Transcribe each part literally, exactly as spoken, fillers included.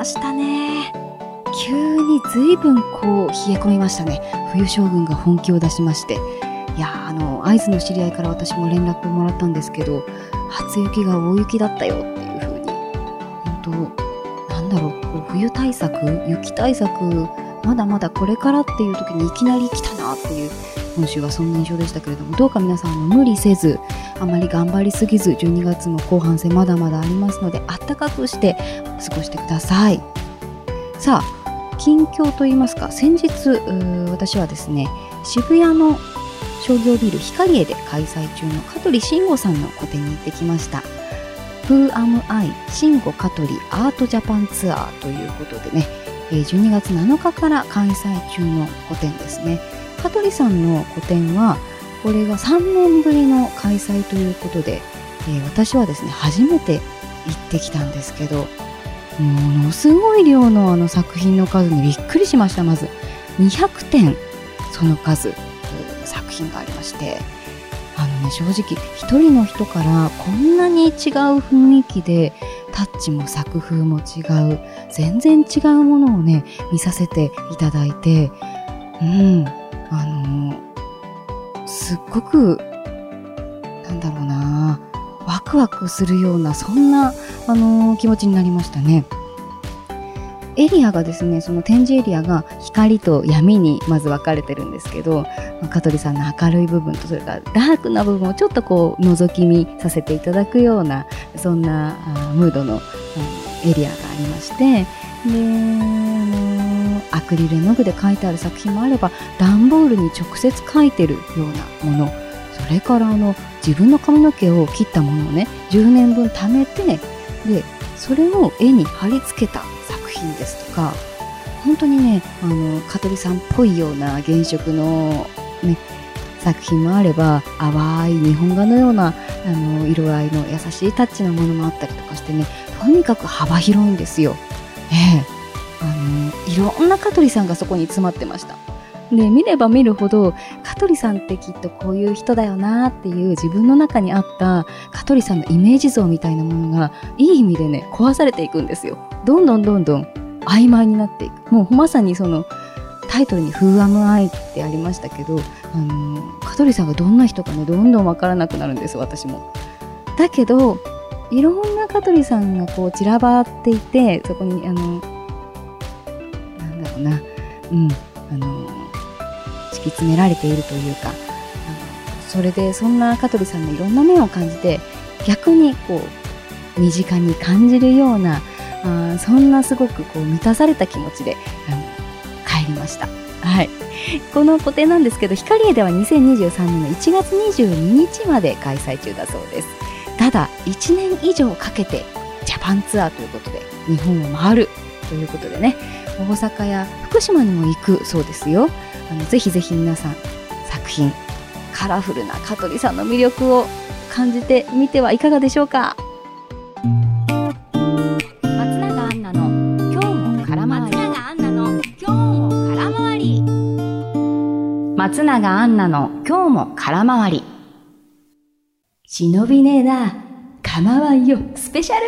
ましたね。急に随分こう冷え込みましたね。冬将軍が本気を出しまして、いやあの会津の知り合いから私も連絡をもらったんですけど、初雪が大雪だったよっていう風に、本当なんだろう、こう冬対策、雪対策、まだまだこれからっていう時にいきなり来たなっていう、今週はそんな印象でしたけれども、どうか皆さん無理せず、あまり頑張りすぎず、じゅうにがつも後半戦まだまだありますので、あったかくして過ごしてください。さあ、近況といいますか、先日私はですね、渋谷の商業ビルヒカリエで開催中の香取慎吾さんの個展に行ってきました。 Who Am I? 慎吾香取アートジャパンツアーということでね、じゅうにがつなのかから開催中の個展ですね。香取さんの個展はこれがさんねんぶりの開催ということで、えー、私はですね初めて行ってきたんですけど、ものすごい量のあの作品の数にびっくりしました。まずにひゃくてん、その数作品がありまして、あのね、正直一人の人からこんなに違う雰囲気で、タッチも作風も違う、全然違うものをね見させていただいて、うんあのすっごくなんだろうな、ワクワクするような、そんなあの気持ちになりましたね。エリアがですね、その展示エリアが光と闇にまず分かれてるんですけど、香取さんの明るい部分とそれからダークな部分をちょっとこう覗き見させていただくような、そんなムードのエリアがありまして、で、あのアクリル絵の具で描いてある作品もあれば、段ボールに直接描いてるようなもの、それからあの自分の髪の毛を切ったものをねじゅうねんぶん貯めて、でそれを絵に貼り付けた作品ですとか、本当にね、あの香取さんっぽいような原色の、ね、作品もあれば、淡い日本画のようなあの色合いの優しいタッチのものもあったりとかしてね、とにかく幅広いんですよ。ええ、あのいろんな香取さんがそこに詰まってました。で、見れば見るほど香取さんってきっとこういう人だよなっていう自分の中にあった香取さんのイメージ像みたいなものがいい意味でね壊されていくんですよ。どんどんどんどん曖昧になっていく。もうまさにそのタイトルに Who Am I? ってありましたけど、あの香取さんがどんな人かねどんどん分からなくなるんです、私も。だけどいろんな香取さんがこう散らばっていて、そこにあのなんだろうな、うんあの敷き詰められているというか、あのそれでそんな香取さんのいろんな面を感じて、逆にこう身近に感じるような、あそんなすごくこう満たされた気持ちであの帰りました。はい、この個展なんですけど、ヒカリエではにせんにじゅうさんねんのいちがつにじゅうににちまで開催中だそうです。ただいちねん以上かけてジャパンツアーということで日本を回るということでね、大阪や福島にも行くそうですよ。あのぜひぜひ皆さん作品、カラフルな香取さんの魅力を感じてみてはいかがでしょうか。松永アンナの今日も空回り。松永アンナの今日も空回り。松永アンナの今日も空回り。忍びねえな、構わんよスペシャル。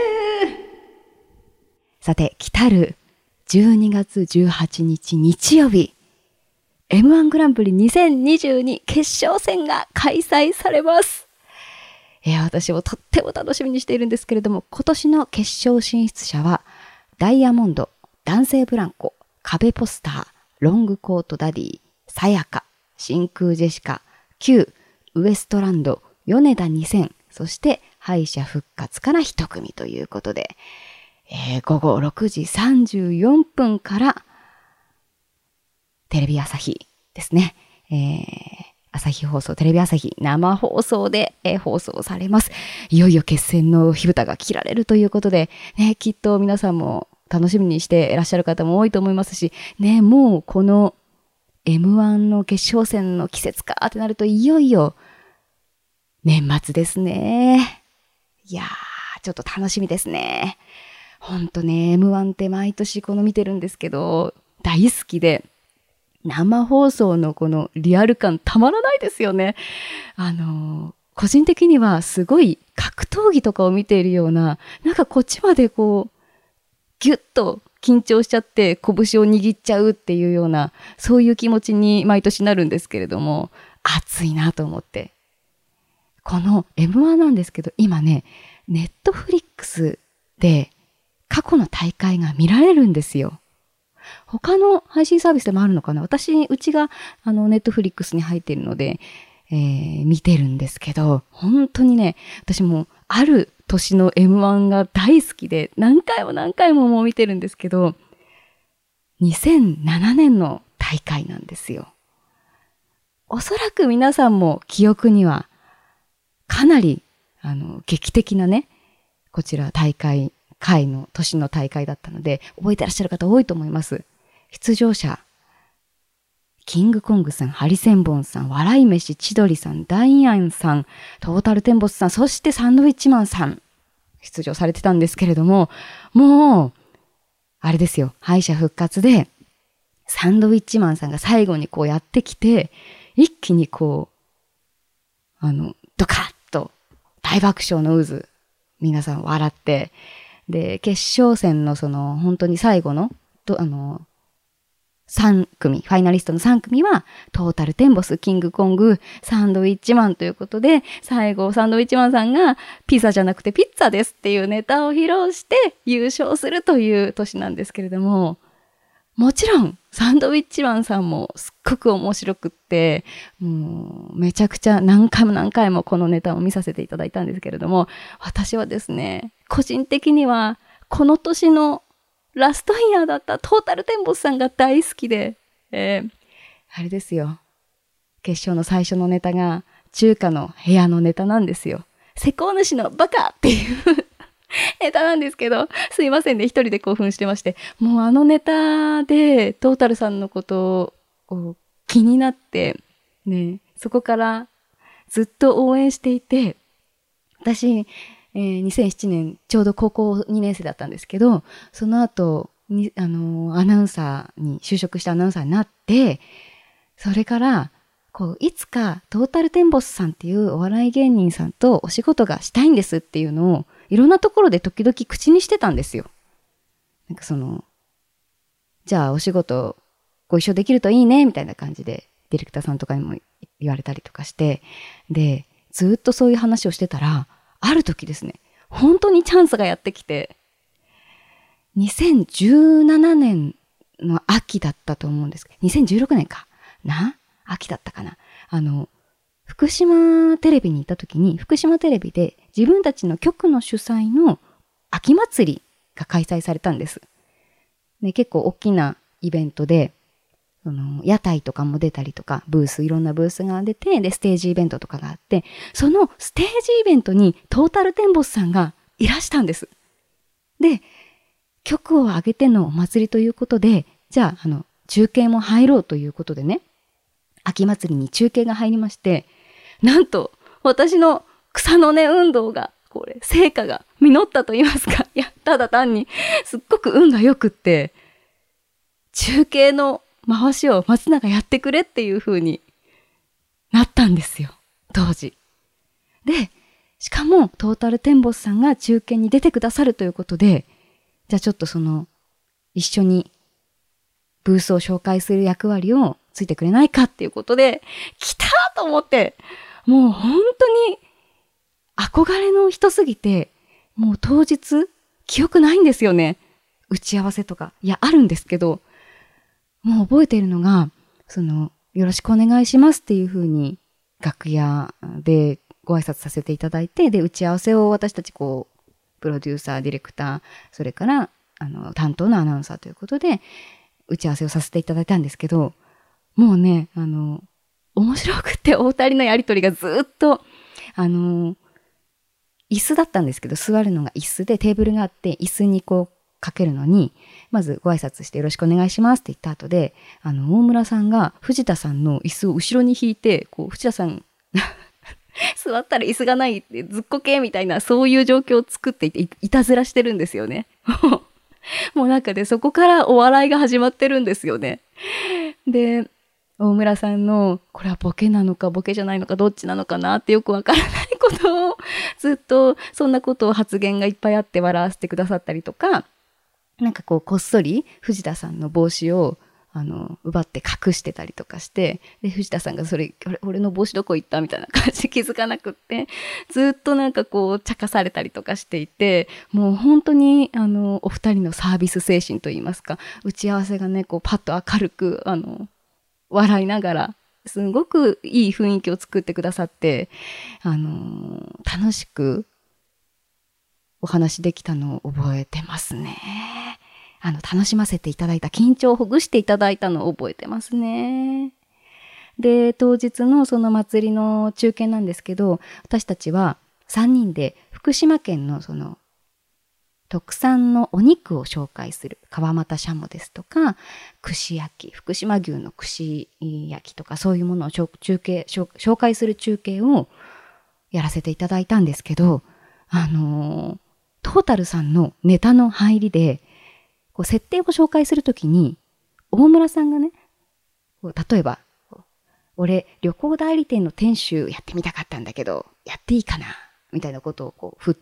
さて、来たるじゅうにがつじゅうはちにち日曜日、エムワン グランプリにせんにじゅうに決勝戦が開催されます。えー、私もとっても楽しみにしているんですけれども、今年の決勝進出者はダイヤモンド、男性ブランコ、壁ポスター、ロングコートダディ、さやか、真空ジェシカ、Q、ウエストランド、米田にせん、そして敗者復活から一組ということで、えー、ごごろくじさんじゅうよんぷんからテレビ朝日ですね、えー、朝日放送、テレビ朝日生放送で、えー、放送されます。いよいよ決戦の火蓋が切られるということで、ね、きっと皆さんも楽しみにしていらっしゃる方も多いと思いますし、ね、もうこの エムワン の決勝戦の季節かってなると、いよいよ年末ですね。いやー、ちょっと楽しみですね。ほんとね、エムワン って毎年この見てるんですけど、大好きで、生放送のこのリアル感たまらないですよね。あの、個人的にはすごい格闘技とかを見ているような、なんかこっちまでこう、ギュッと緊張しちゃって拳を握っちゃうっていうような、そういう気持ちに毎年なるんですけれども、熱いなと思って。この エムワン なんですけど、今ね、ネットフリックスで過去の大会が見られるんですよ。他の配信サービスでもあるのかな。私、うちがあのネットフリックスに入っているので、えー、見てるんですけど、本当にね、私もある年の エムワン が大好きで、何回も何回ももう見てるんですけど、にせんななねんの大会なんですよ。おそらく皆さんも記憶にはかなりあの劇的なね、こちら大会、回の年の大会だったので、覚えてらっしゃる方多いと思います。出場者、キングコングさん、ハリセンボンさん、笑い飯、千鳥さん、ダイアンさん、トータルテンボスさん、そしてサンドウィッチマンさん、出場されてたんですけれども、もう、あれですよ、敗者復活で、サンドウィッチマンさんが最後にこうやってきて、一気にこう、あの、ドカッと大爆笑の渦、皆さん笑って、で、決勝戦のその、本当に最後の、とあの、さん組、ファイナリストのさん組は、トータルテンボス、キングコング、サンドウィッチマンということで、最後、サンドウィッチマンさんが、ピザじゃなくてピッツァですっていうネタを披露して優勝するという年なんですけれども、もちろん、サンドウィッチマンさんもすっごく面白くって、もう、めちゃくちゃ何回も何回もこのネタを見させていただいたんですけれども、私はですね、個人的には、この年のラストイヤーだったトータルテンボスさんが大好きで、えー、あれですよ。決勝の最初のネタが中華の部屋のネタなんですよ。施工主のバカっていうネタなんですけど、すいませんね、一人で興奮してまして、もうあのネタでトータルさんのことを気になって、ね、そこからずっと応援していて、私、えー、にせんななねんちょうど高校にねん生だったんですけど、その後に、あのー、アナウンサーに就職したアナウンサーになって、それからこういつかトータルテンボスさんっていうお笑い芸人さんとお仕事がしたいんですっていうのをいろんなところで時々口にしてたんですよ。なんかその、じゃあお仕事ご一緒できるといいねみたいな感じでディレクターさんとかにも言われたりとかして、でずっとそういう話をしてたら、ある時ですね、本当にチャンスがやってきて、にせんじゅうななねんの秋だったと思うんですけど、にせんじゅうろくねんかな、秋だったかな。あの、福島テレビにいた時に、福島テレビで自分たちの局の主催の秋祭りが開催されたんです。で、結構大きなイベントで、その屋台とかも出たりとか、ブース、いろんなブースが出て、で、ステージイベントとかがあって、そのステージイベントにトータルテンボスさんがいらしたんです。で、局を挙げてのお祭りということで、じゃあ、あの、中継も入ろうということでね、秋祭りに中継が入りまして、なんと、私の草の根運動が、これ、成果が実ったと言いますか、いや、ただ単に、すっごく運が良くって、中継の回しを松永やってくれっていう風になったんですよ、当時。で、しかもトータルテンボスさんが中継に出てくださるということで、じゃあちょっとその一緒にブースを紹介する役割をついてくれないかっていうことで、来たと思って、もう本当に憧れの人すぎて、もう当日記憶ないんですよね。打ち合わせとか。いや、あるんですけど、もう覚えているのが、その、よろしくお願いしますっていう風に楽屋でご挨拶させていただいて、で、打ち合わせを私たちこう、プロデューサー、ディレクター、それから、あの、担当のアナウンサーということで、打ち合わせをさせていただいたんですけど、もうね、あの、面白くてお二人のやりとりがずっと、あの、椅子だったんですけど、座るのが椅子でテーブルがあって、椅子にこう、かけるのに、まずご挨拶してよろしくお願いしますって言った後で、あの、大村さんが藤田さんの椅子を後ろに引いて、こう、藤田さん、座ったら椅子がないってずっこけみたいな、そういう状況を作っていて、い, いたずらしてるんですよね。もうなんかで、そこからお笑いが始まってるんですよね。で、大村さんの、これはボケなのかボケじゃないのかどっちなのかなってよくわからないことを、ずっとそんなことを発言がいっぱいあって笑わせてくださったりとか、 なんかこうこっそり藤田さんの帽子をあの奪って隠してたりとかして、で藤田さんがそれ俺俺の帽子どこ行ったみたいな感じで気づかなくって、ずっとなんかこう茶化されたりとかしていて、もう本当にあのお二人のサービス精神といいますか、打ち合わせがねこうパッと明るくあの笑いながらすごくいい雰囲気を作ってくださって、あの楽しくお話できたのを覚えてますね。あの楽しませていただいた、緊張をほぐしていただいたのを覚えてますね。で、当日のその祭りの中継なんですけど、私たちはさんにんで福島県のその特産のお肉を紹介する川俣しゃもですとか、串焼き、福島牛の串焼きとか、そういうものを中継紹介する中継をやらせていただいたんですけど、あのトータルさんのネタの入りでこう設定を紹介するときに、大村さんがね、こう例えば、俺、旅行代理店の店主やってみたかったんだけど、やっていいかなみたいなことをこう振って、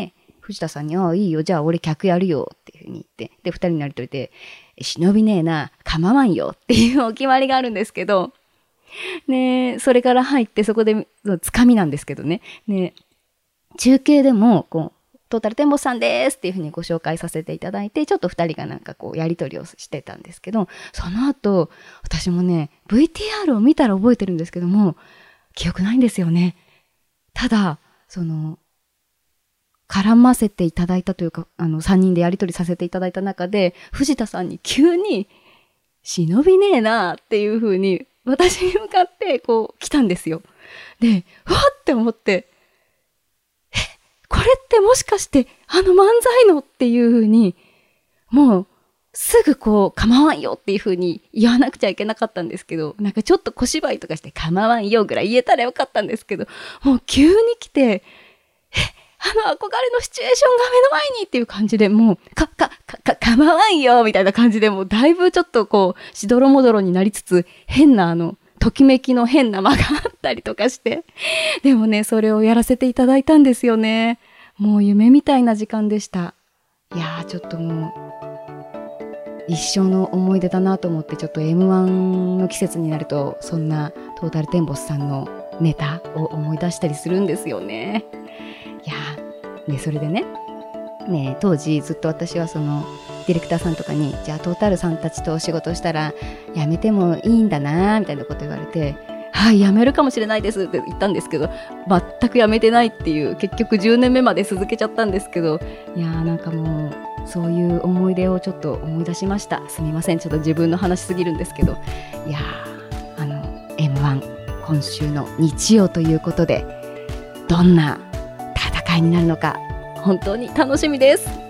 藤田さんに、ああ、いいよ、じゃあ俺客やるよっていうふうに言って、で、二人になりとりで、忍びねえな、構わんよっていうお決まりがあるんですけど、ね、それから入って、そこで、つかみなんですけどね、ね、中継でも、こう、トータルテンボスさんですっていうふうにご紹介させていただいて、ちょっとふたりがなんかこうやり取りをしてたんですけど、その後私もね ブイティーアール を見たら覚えてるんですけども、記憶ないんですよね。ただその絡ませていただいたというか、あのさんにんでやり取りさせていただいた中で、藤田さんに急に忍びねえなっていうふうに私に向かってこう来たんですよ。で、わって思って、これってもしかしてあの漫才のっていう風に、もうすぐこう構わんよっていう風に言わなくちゃいけなかったんですけど、なんかちょっと小芝居とかして構わんよぐらい言えたらよかったんですけど、もう急に来て、え、あの憧れのシチュエーションが目の前にっていう感じで、もうかかかか構わんよみたいな感じで、もうだいぶちょっとこうしどろもどろになりつつ、変なあのときめきの変な間があったりとかして、でもねそれをやらせていただいたんですよね。もう夢みたいな時間でした。いやー、ちょっともう一生の思い出だなと思って、ちょっと エムワン の季節になるとそんなトータルテンボスさんのネタを思い出したりするんですよね。いやー、ね、それでねね当時ずっと私はそのディレクターさんとかに、じゃあトータルさんたちとお仕事したらやめてもいいんだなみたいなこと言われて、はい、やめるかもしれないですって言ったんですけど、全くやめてないっていう、結局じゅうねんめまで続けちゃったんですけど、いやーなんかもうそういう思い出をちょっと思い出しました。すみません、ちょっと自分の話すぎるんですけど、いやーあの エムワン 今週の日曜ということで、どんな戦いになるのか本当に楽しみです。